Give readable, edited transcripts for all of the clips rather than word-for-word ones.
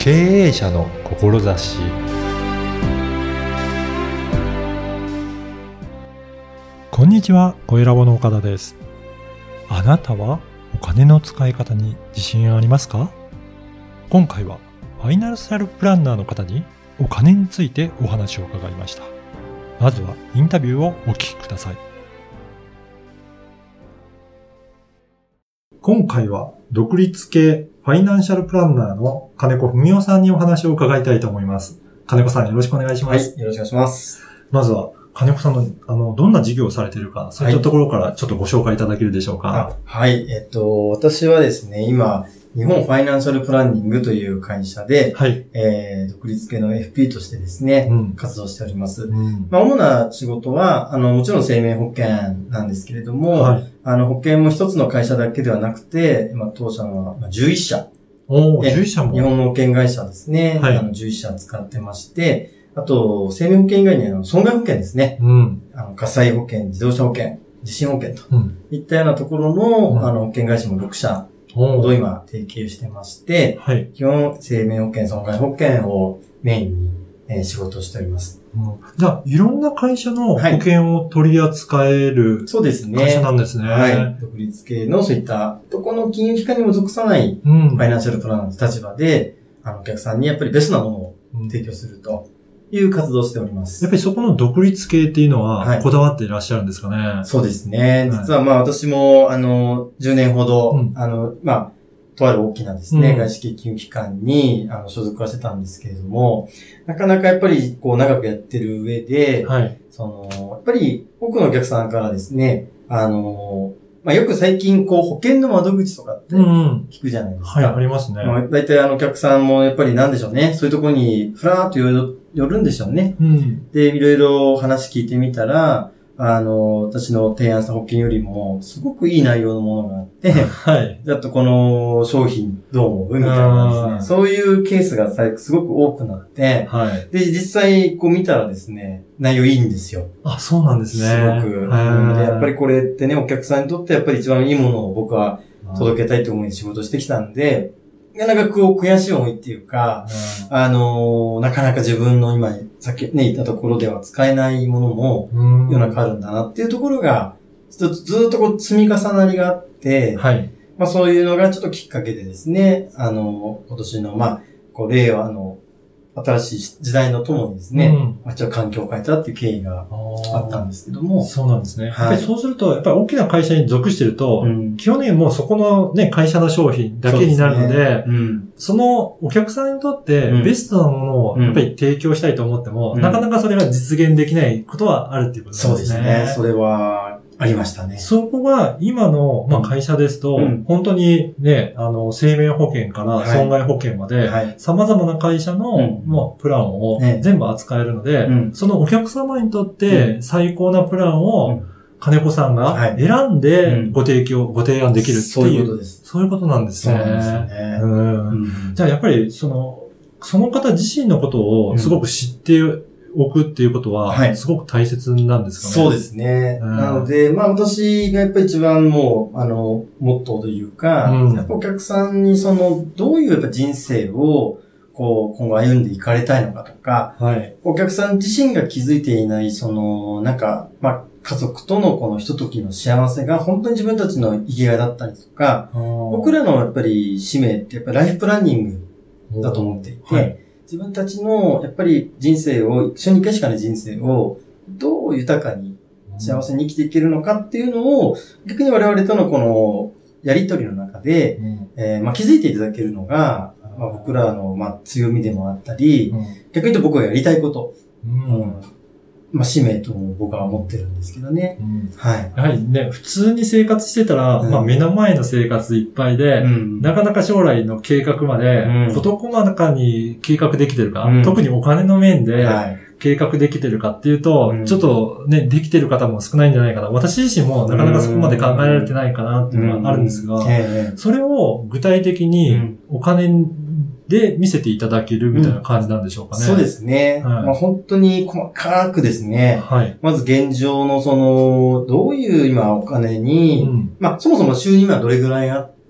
経営者の志。こんにちは、声ラボの岡田です。あなたはお金の使い方に自信ありますか？今回はファイナンシャルプランナーの方にお金についてお話を伺いました。まずはインタビューをお聞きください。今回は独立系ファイナンシャルプランナーの金子文夫さんにお話を伺いたいと思います。金子さん、よろしくお願いします。 はい、よろしくお願いします。 まずは金子さんのどんな事業をされているか、そういったところからちょっとご紹介いただけるでしょうか。 はい、私はですね、今日本ファイナンシャルプランニングという会社で、はい、独立系の FP としてですね、活動しております。主な仕事は、もちろん生命保険なんですけれども、はい、保険も一つの会社だけではなくて、当社の11社。 11社も日本の保険会社ですね。はい、11社使ってまして、あと、生命保険以外に損害保険ですね。火災保険、自動車保険、地震保険といったようなところの、保険会社も6社ほど今提携してまして、はい、基本生命保険、損害保険をメインに、仕事をしております。 じゃあ、いろんな会社の保険を取り扱える、そうですね。会社なんですね。 はい。独立系のそういったどこの金融機関にも属さないファイナンシャルプランナーの立場で、お客さんにやっぱりベストなものを提供するという活動をしております。 やっぱりそこの独立系っていうのはこだわっていらっしゃるんですかね。はい、 そうですね。実は私も10年ほど、とある大きなですね、外資系金融機関に所属はしてたんですけれども、なかなかやっぱり長くやってる上で、はい、やっぱり多くのお客さんからですね、よく最近保険の窓口とかって聞くじゃないですか。 はい、ありますね。 大体お客さんもやっぱりなんでしょうね、そういうところにふらーっと寄るんでしょうね。で、いろいろ話聞いてみたら、私の提案した保険よりも、すごくいい内容のものがあって、はい。だとこの商品どう思うみたいなですね。そういうケースがすごく多くなって、はい。で、実際見たらですね、内容いいんですよ。 あ、そうなんですね。 すごく。で、やっぱりこれってね、お客さんにとってやっぱり一番いいものを僕は届けたいと思い仕事してきたんで、なかなか悔しい思いっていうか、なかなか自分の今、さっきね、言ったところでは使えないものも、世の中あるんだなっていうところが、ずっと積み重なりがあって、はい。そういうのがちょっときっかけでですね、今年の、令和の新しい時代のともにですね、ちょっと環境を変えたっていう経緯があったんですけども。 そうなんですね。はい、やっぱりそうすると、やっぱり大きな会社に属してると、基本的にもうそこのね、会社の商品だけになるので、そのお客さんにとってベストなものをやっぱり提供したいと思っても、なかなかそれが実現できないことはあるっていうことですね。 そうですね。それは、ありましたね。 そこが今の、会社ですと、本当にね、生命保険から損害保険まで、様々な会社の、プランを全部扱えるので、そのお客様にとって最高なプランを金子さんが選んでご提案できるっていう。 そういうことです。 そういうことなんですね。 そうなんですよね。 じゃあやっぱりその方自身のことをすごく知って置くっていうことは、すごく大切なんですかね。 そうですね。なので、私がやっぱり一番モットーというか、やっぱお客さんにどういうやっぱ人生を、今後歩んでいかれたいのかとか、お客さん自身が気づいていない、家族とのこのひとときの幸せが本当に自分たちの生きがいだったりとか、僕らのやっぱり使命ってやっぱりライフプランニングだと思っていて、自分たちの、やっぱり人生を、一緒に一回しかない人生を、どう豊かに幸せに生きていけるのかっていうのを、逆に我々とのこの、やりとりの中で、気づいていただけるのが、僕らの、強みでもあったり、逆に言うと僕がやりたいこと、使命とも僕は思ってるんですけどね。はい。 やはりね、普通に生活してたら、目の前の生活いっぱいで、なかなか将来の計画まで、事細かに計画できてるか、特にお金の面で計画できてるかっていうと、ちょっとね、できてる方も少ないんじゃないかな。私自身もなかなかそこまで考えられてないかなっていうのがあるんですが、それを具体的にお金で見せていただけるみたいな感じなんでしょうかね。 そうですね。本当に細かくですね。まず現状のどういう今お金に、そもそも収入はどれぐらいあって、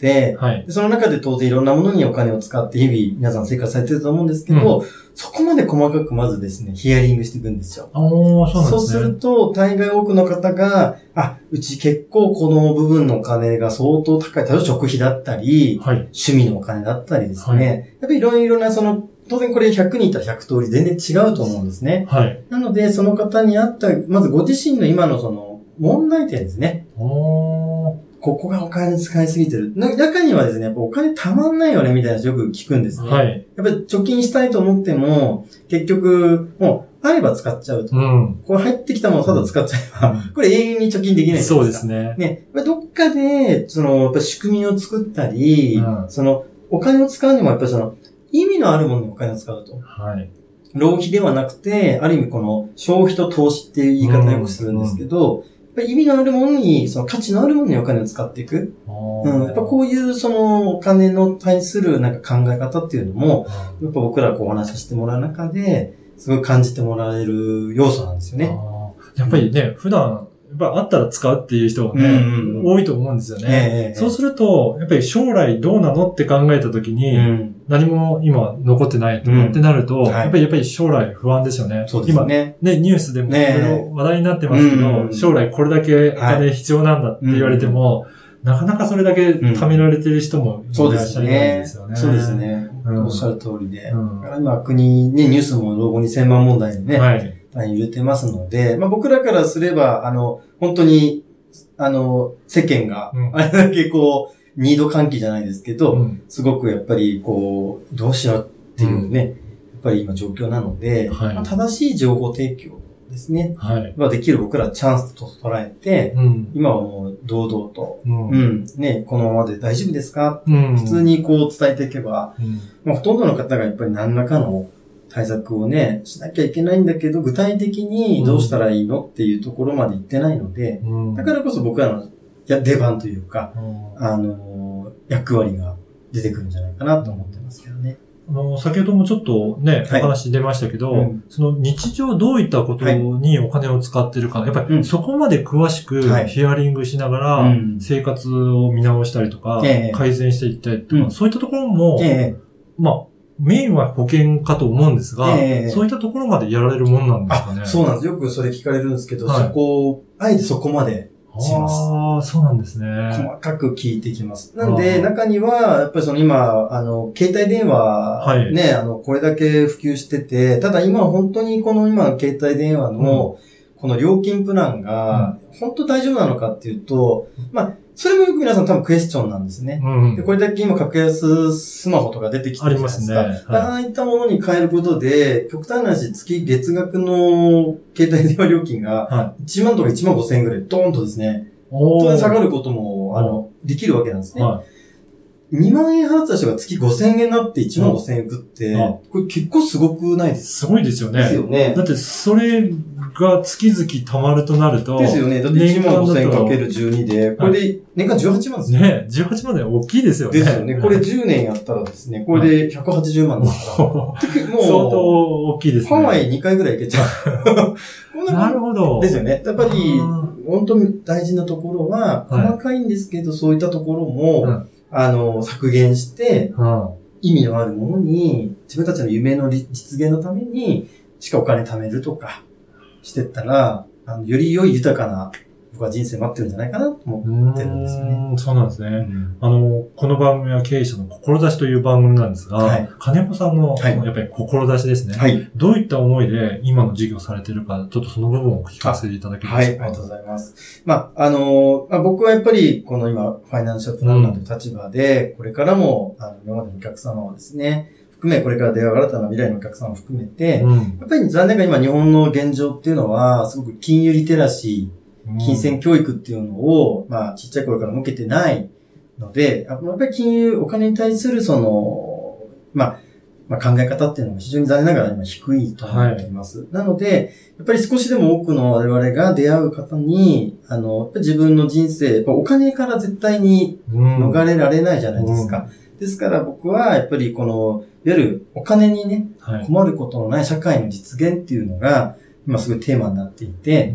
て、でその中で当然いろんなものにお金を使って日々皆さん生活されてると思うんですけど、そこまで細かくまずですね、ヒアリングしていくんですよ。そうすると、大概多くの方が、うち結構この部分のお金が相当高い。例えば食費だったり、趣味のお金だったりですね。やっぱりいろいろな当然これ100人いたら100通り全然違うと思うんですね。なので、その方に合った、まずご自身の今の問題点ですね。ここがお金使いすぎてる。中にはですね、やっぱお金たまんないよねみたいな人よく聞くんですね。やっぱり貯金したいと思っても、結局、もう、あれば使っちゃうと。これ入ってきたものをただ使っちゃえば、これ永遠に貯金できないですか。 そうですね。 ね。どっかで、やっぱ仕組みを作ったり、お金を使うにもやっぱり意味のあるものにお金を使うと。浪費ではなくて、ある意味この消費と投資っていう言い方をよくするんですけど、やっぱり意味のあるものに、価値のあるものにお金を使っていく。やっぱこういうお金の対するなんか考え方っていうのも、やっぱ僕らお話しさせてもらう中で、すごい感じてもらえる要素なんですよね。 やっぱりね、普段、やっぱあったら使うっていう人がね、多いと思うんですよね。そうすると、やっぱり将来どうなのって考えたときに、何も今残ってないとかってなると、やっぱり将来不安ですよね。今ね、ニュースでもいろいろ話題になってますけど、将来これだけお金必要なんだって言われても、なかなかそれだけ貯められてる人もいらっしゃるんですよね。 そうですね。おっしゃる通りで。今国ね、ニュースも老後2000万問題にね、大変揺れてますので、僕らからすれば、本当に、世間が、あれだけニード喚起じゃないですけど、すごくやっぱりどうしようっていうね、やっぱり今状況なので、正しい情報提供ですね。できる僕らチャンスと捉えて、今はもう堂々と、ね、このままで大丈夫ですか、普通に伝えていけば、ほとんどの方がやっぱり何らかの対策をね、しなきゃいけないんだけど、具体的にどうしたらいいのっていうところまで行ってないので、だからこそ僕らの出番というか、役割が出てくるんじゃないかなと思ってますけどね。 先ほどもちょっとね、お話出ましたけど、その日常どういったことにお金を使ってるか、やっぱりそこまで詳しくヒアリングしながら生活を見直したりとか、改善していったりとか、そういったところも、メインは保険かと思うんですが、そういったところまでやられるもんなんですかね。 そうなんです。よくそれ聞かれるんですけど、あえてそこまでします。 そうなんですね。 細かく聞いてきます。なので、中には、やっぱり今、携帯電話、ね、これだけ普及してて、ただ今本当に今、携帯電話の、この料金プランが、本当大丈夫なのかっていうと、それもよく皆さん多分クエスチョンなんですね。でこれだけ今格安スマホとか出てきてるじゃないですか。ありますね。ああいったものに変えることで、極端な話、月額の携帯電話料金が1万とか1万5千円ぐらいドーンとですね、当然下がることも、できるわけなんですね。2万円払った人が月5000円になって1万5000円いくって、これ結構すごくないですか？ すごいですよね。 ですよね。 だってそれが月々貯まるとなると。 ですよね。だって1万5000円かける12で、これで年間18万ですね。18万で大きいですよね。 ですよね。これ10年やったらですね、これで180万ですから。もう相当大きいですね。 ハワイ2回ぐらい行けちゃう。 なるほど。 ですよね。やっぱり、本当に大事なところは、細かいんですけど、そういったところも、削減して、意味のあるものに、自分たちの夢の実現のために、しかお金貯めるとか、してったら、より良い豊かな、僕は人生待ってるんじゃないかなと思ってるんですよね。 そうなんですね。この番組は経営者の志という番組なんですが、金子さんの、やっぱり志ですね。どういった思いで今の事業されているか、ちょっとその部分を聞かせていただけますか？ ありがとうございます。僕はやっぱり、この今、ファイナンシャルプランナーという立場で、これからも、今までのお客様をですね、含め、これから出会う新たな未来のお客さんを含めて、やっぱり残念ながら今日本の現状っていうのは、すごく金融リテラシー、金銭教育っていうのを、ちっちゃい頃から向けてないので、やっぱりお金に対する考え方っていうのが非常に残念ながら今低いと思っています。なので、やっぱり少しでも多くの我々が出会う方に、やっぱり自分の人生、やっぱお金から絶対に逃れられないじゃないですか。ですから僕はやっぱりいわゆるお金にね、困ることのない社会の実現っていうのが、今すごいテーマになっていて、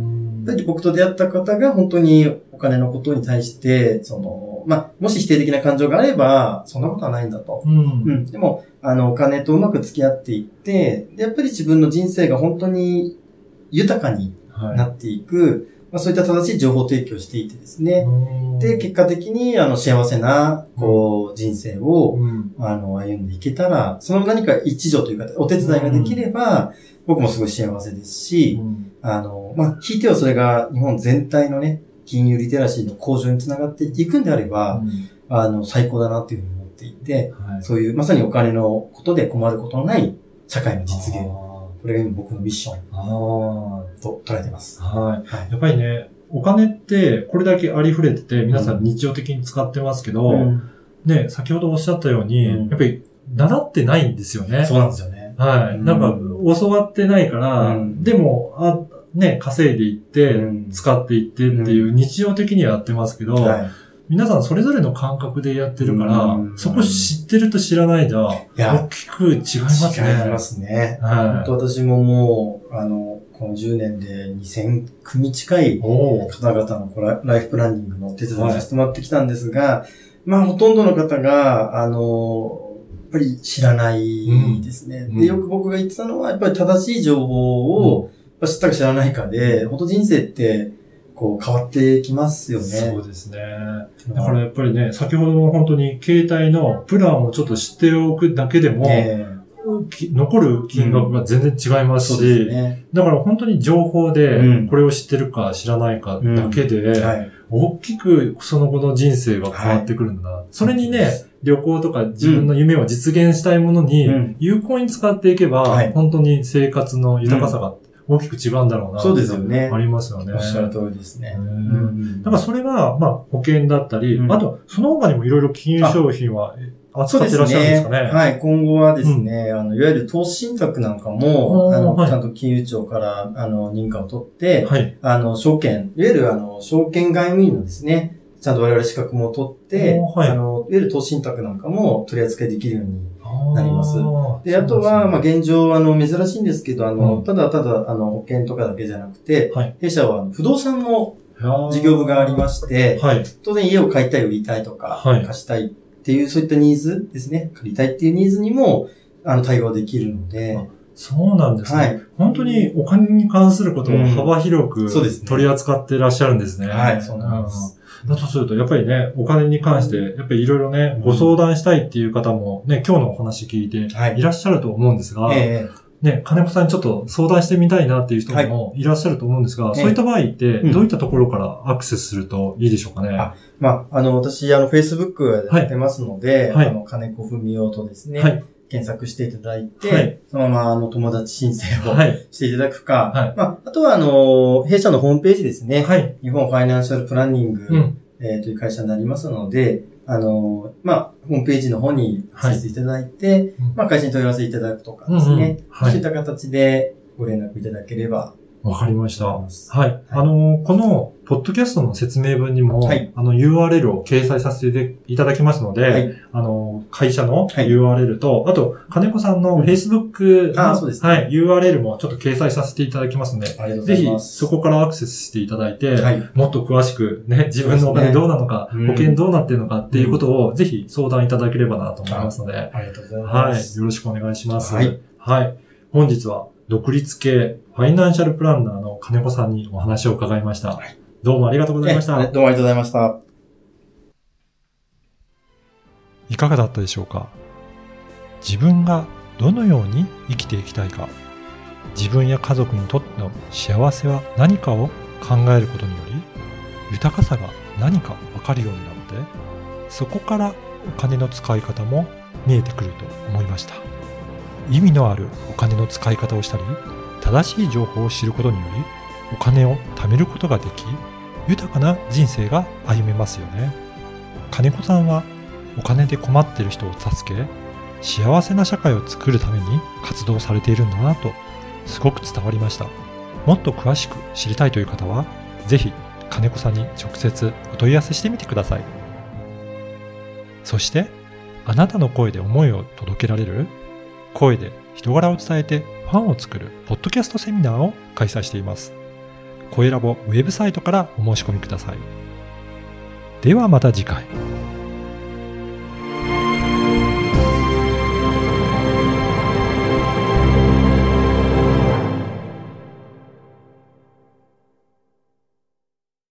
僕と出会った方が本当にお金のことに対して、もし否定的な感情があれば、そんなことはないんだと。でも、お金とうまく付き合っていって、でやっぱり自分の人生が本当に豊かになっていく、そういった正しい情報提供をしていてですね。で、結果的に、幸せな、人生を、歩んでいけたら、その何か一助というか、お手伝いができれば、僕もすごい幸せですし、ひいてはそれが日本全体のね、金融リテラシーの向上につながっていくんであれば、最高だなっていうふうに思っていて、そういう、まさにお金のことで困ることのない社会の実現。これが今僕のミッションと捉えています。 やっぱりね、お金ってこれだけありふれてて、皆さん日常的に使ってますけど、ね、先ほどおっしゃったように、やっぱり習ってないんですよね。 そうなんですよね。 なんか、教わってないから、でも、稼いでいって、使っていってっていう日常的にはやってますけど、皆さんそれぞれの感覚でやってるから、そこ知ってると知らないじゃ、大きく違いますね。 違いますね。本当私ももう、この10年で2000組近い方々のライフプランニングの手伝いさせてもらってきたんですが、ほとんどの方が、やっぱり知らないですね。で、よく僕が言ってたのは、やっぱり正しい情報を知ったか知らないかで、本当人生って、変わってきますよね。 そうですね。だからやっぱりね、先ほどの本当に携帯のプランをちょっと知っておくだけでも、残る金額が全然違いますし、だから本当に情報でこれを知ってるか知らないかだけで、大きくその後の人生が変わってくるんだ。それにね、旅行とか自分の夢を実現したいものに有効に使っていけば、本当に生活の豊かさが大きく違うんだろうな。 そうですよね。 ありますよね。 おっしゃる通りですね。 だからそれが、保険だったり、あと、その他にもいろいろ金融商品は扱ってらっしゃるんですかね。 はい。今後はですね、いわゆる投資信託なんかも、ちゃんと金融庁から、認可を取って、証券、いわゆる証券外務員のですね、ちゃんと我々資格も取って、いわゆる投資信託なんかも取り扱いできるようになります。で、あとは、現状、珍しいんですけど、ただ、保険とかだけじゃなくて、弊社は不動産の事業部がありまして、当然家を買いたい、売りたいとか、貸したいっていう、そういったニーズですね、借りたいっていうニーズにも、対応できるので、 そうなんですね。本当にお金に関することを幅広く取り扱っていらっしゃるんですね。 はい、そうなんです。 だとすると、やっぱりね、お金に関して、やっぱりいろいろね、ご相談したいっていう方もね、今日のお話聞いていらっしゃると思うんですが、ね、金子さんにちょっと相談してみたいなっていう人もいらっしゃると思うんですが、そういった場合って、どういったところからアクセスするといいでしょうかね。 私、Facebook やってますので、金子文雄とですね、検索していただいて、そのまま友達申請をしていただくか、あとは弊社のホームページですね、日本ファイナンシャルプランニング、という会社になりますので、ホームページの方にアクセスいただいて、会社に問い合わせいただくとかですね、そういった形でご連絡いただければ。 わかりました。はい。この、ポッドキャストの説明文にも、URL を掲載させていただきますので、会社の URL と、あと、金子さんの Facebook の、URL もちょっと掲載させていただきますので、ぜひそこからアクセスしていただいて、もっと詳しくね、自分のお金どうなのか、保険どうなっているのかっていうことを、ぜひ相談いただければなと思いますので、 ありがとうございます。 よろしくお願いします。本日は、独立系ファイナンシャルプランナーの金子さんにお話を伺いました。どうもありがとうございました。 どうもありがとうございました。 いかがだったでしょうか。自分がどのように生きていきたいか、自分や家族にとっての幸せは何かを考えることにより、豊かさが何か分かるようになって、そこからお金の使い方も見えてくると思いました。意味のあるお金の使い方をしたり、正しい情報を知ることにより、お金を貯めることができ、豊かな人生が歩めますよね。金子さんはお金で困っている人を助け、幸せな社会を作るために活動されているんだなと、すごく伝わりました。もっと詳しく知りたいという方は、ぜひ金子さんに直接お問い合わせしてみてください。そして、あなたの声で思いを届けられる、声で人柄を伝えてファンを作るポッドキャストセミナーを開催しています。 声ラボウェブサイトからお申し込みください。ではまた次回。